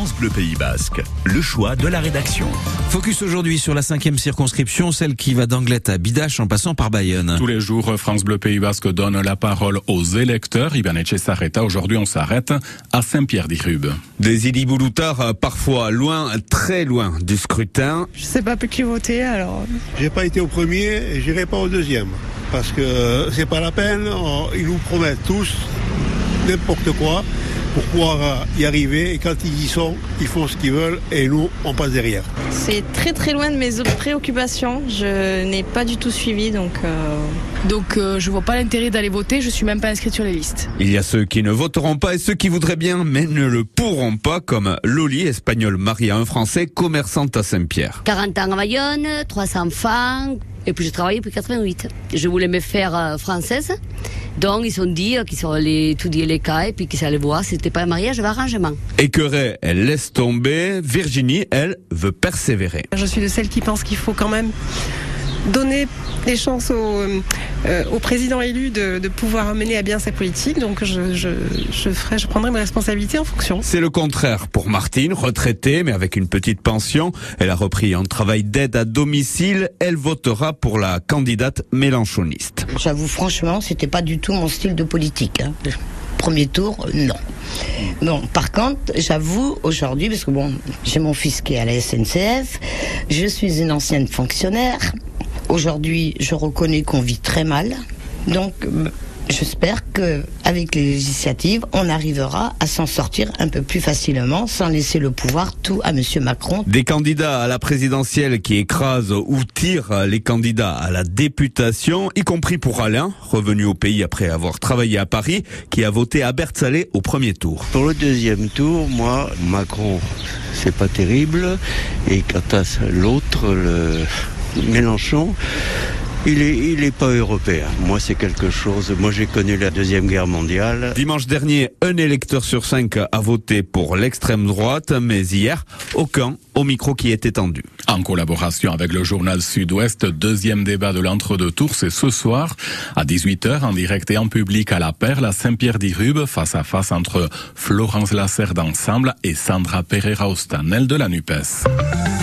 France Bleu Pays Basque, le choix de la rédaction. Focus aujourd'hui sur la 5e circonscription, celle qui va d'Anglet à Bidache en passant par Bayonne. Tous les jours, France Bleu Pays Basque donne la parole aux électeurs. Aujourd'hui, on s'arrête à Saint-Pierre-d'Irube. Des Illy-Bouloutard, parfois loin, très loin du scrutin. Je sais pas pour qui voter alors. J'ai pas été au premier et j'irai pas au deuxième. Parce que c'est pas la peine, ils nous promettent tous n'importe quoi pour pouvoir y arriver, et quand ils y sont, ils font ce qu'ils veulent et nous, on passe derrière. C'est très très loin de mes préoccupations, je n'ai pas du tout suivi donc je vois pas l'intérêt d'aller voter, je suis même pas inscrite sur les listes. Il y a ceux qui ne voteront pas et ceux qui voudraient bien mais ne le pourront pas, comme Loli, espagnole mariée à un Français, commerçante à Saint-Pierre. 40 ans à Bayonne, 3 enfants, et puis j'ai travaillé depuis 88. Je voulais me faire française. Donc ils ont dit qu'ils allaient étudier les cas et puis qu'ils allaient voir si c'était pas un mariage ou un arrangement. Écœurée, elle laisse tomber. Virginie, elle, veut persévérer. Je suis de celles qui pensent qu'il faut quand même donner des chances au président élu de pouvoir mener à bien sa politique. Donc je prendrai mes responsabilités en fonction. C'est le contraire pour Martine, retraitée mais avec une petite pension. Elle a repris un travail d'aide à domicile. Elle votera pour la candidate mélenchoniste. J'avoue franchement, c'était pas du tout mon style de politique. Premier tour, non. Bon, par contre, j'avoue aujourd'hui, parce que j'ai mon fils qui est à la SNCF, je suis une ancienne fonctionnaire. Aujourd'hui, je reconnais qu'on vit très mal. Donc, j'espère qu'avec les législatives, on arrivera à s'en sortir un peu plus facilement sans laisser le pouvoir tout à Monsieur Macron. Des candidats à la présidentielle qui écrasent ou tirent les candidats à la députation, y compris pour Alain, revenu au pays après avoir travaillé à Paris, qui a voté à Berthe-Salé au premier tour. Pour le deuxième tour, moi, Macron, c'est pas terrible. Et quant à l'autre, Mélenchon, il est pas européen. Moi, c'est quelque chose. Moi, j'ai connu la Deuxième Guerre mondiale. Dimanche dernier, un électeur sur 5 a voté pour l'extrême droite, mais hier, aucun au micro qui était tendu. En collaboration avec le journal Sud-Ouest, deuxième débat de l'entre-deux tours, c'est ce soir à 18h en direct et en public à La Perle, à Saint-Pierre-d'Irube, face à face entre Florence Lasserre d'Ensemble et Sandra Pereira Ostanel de la NUPES.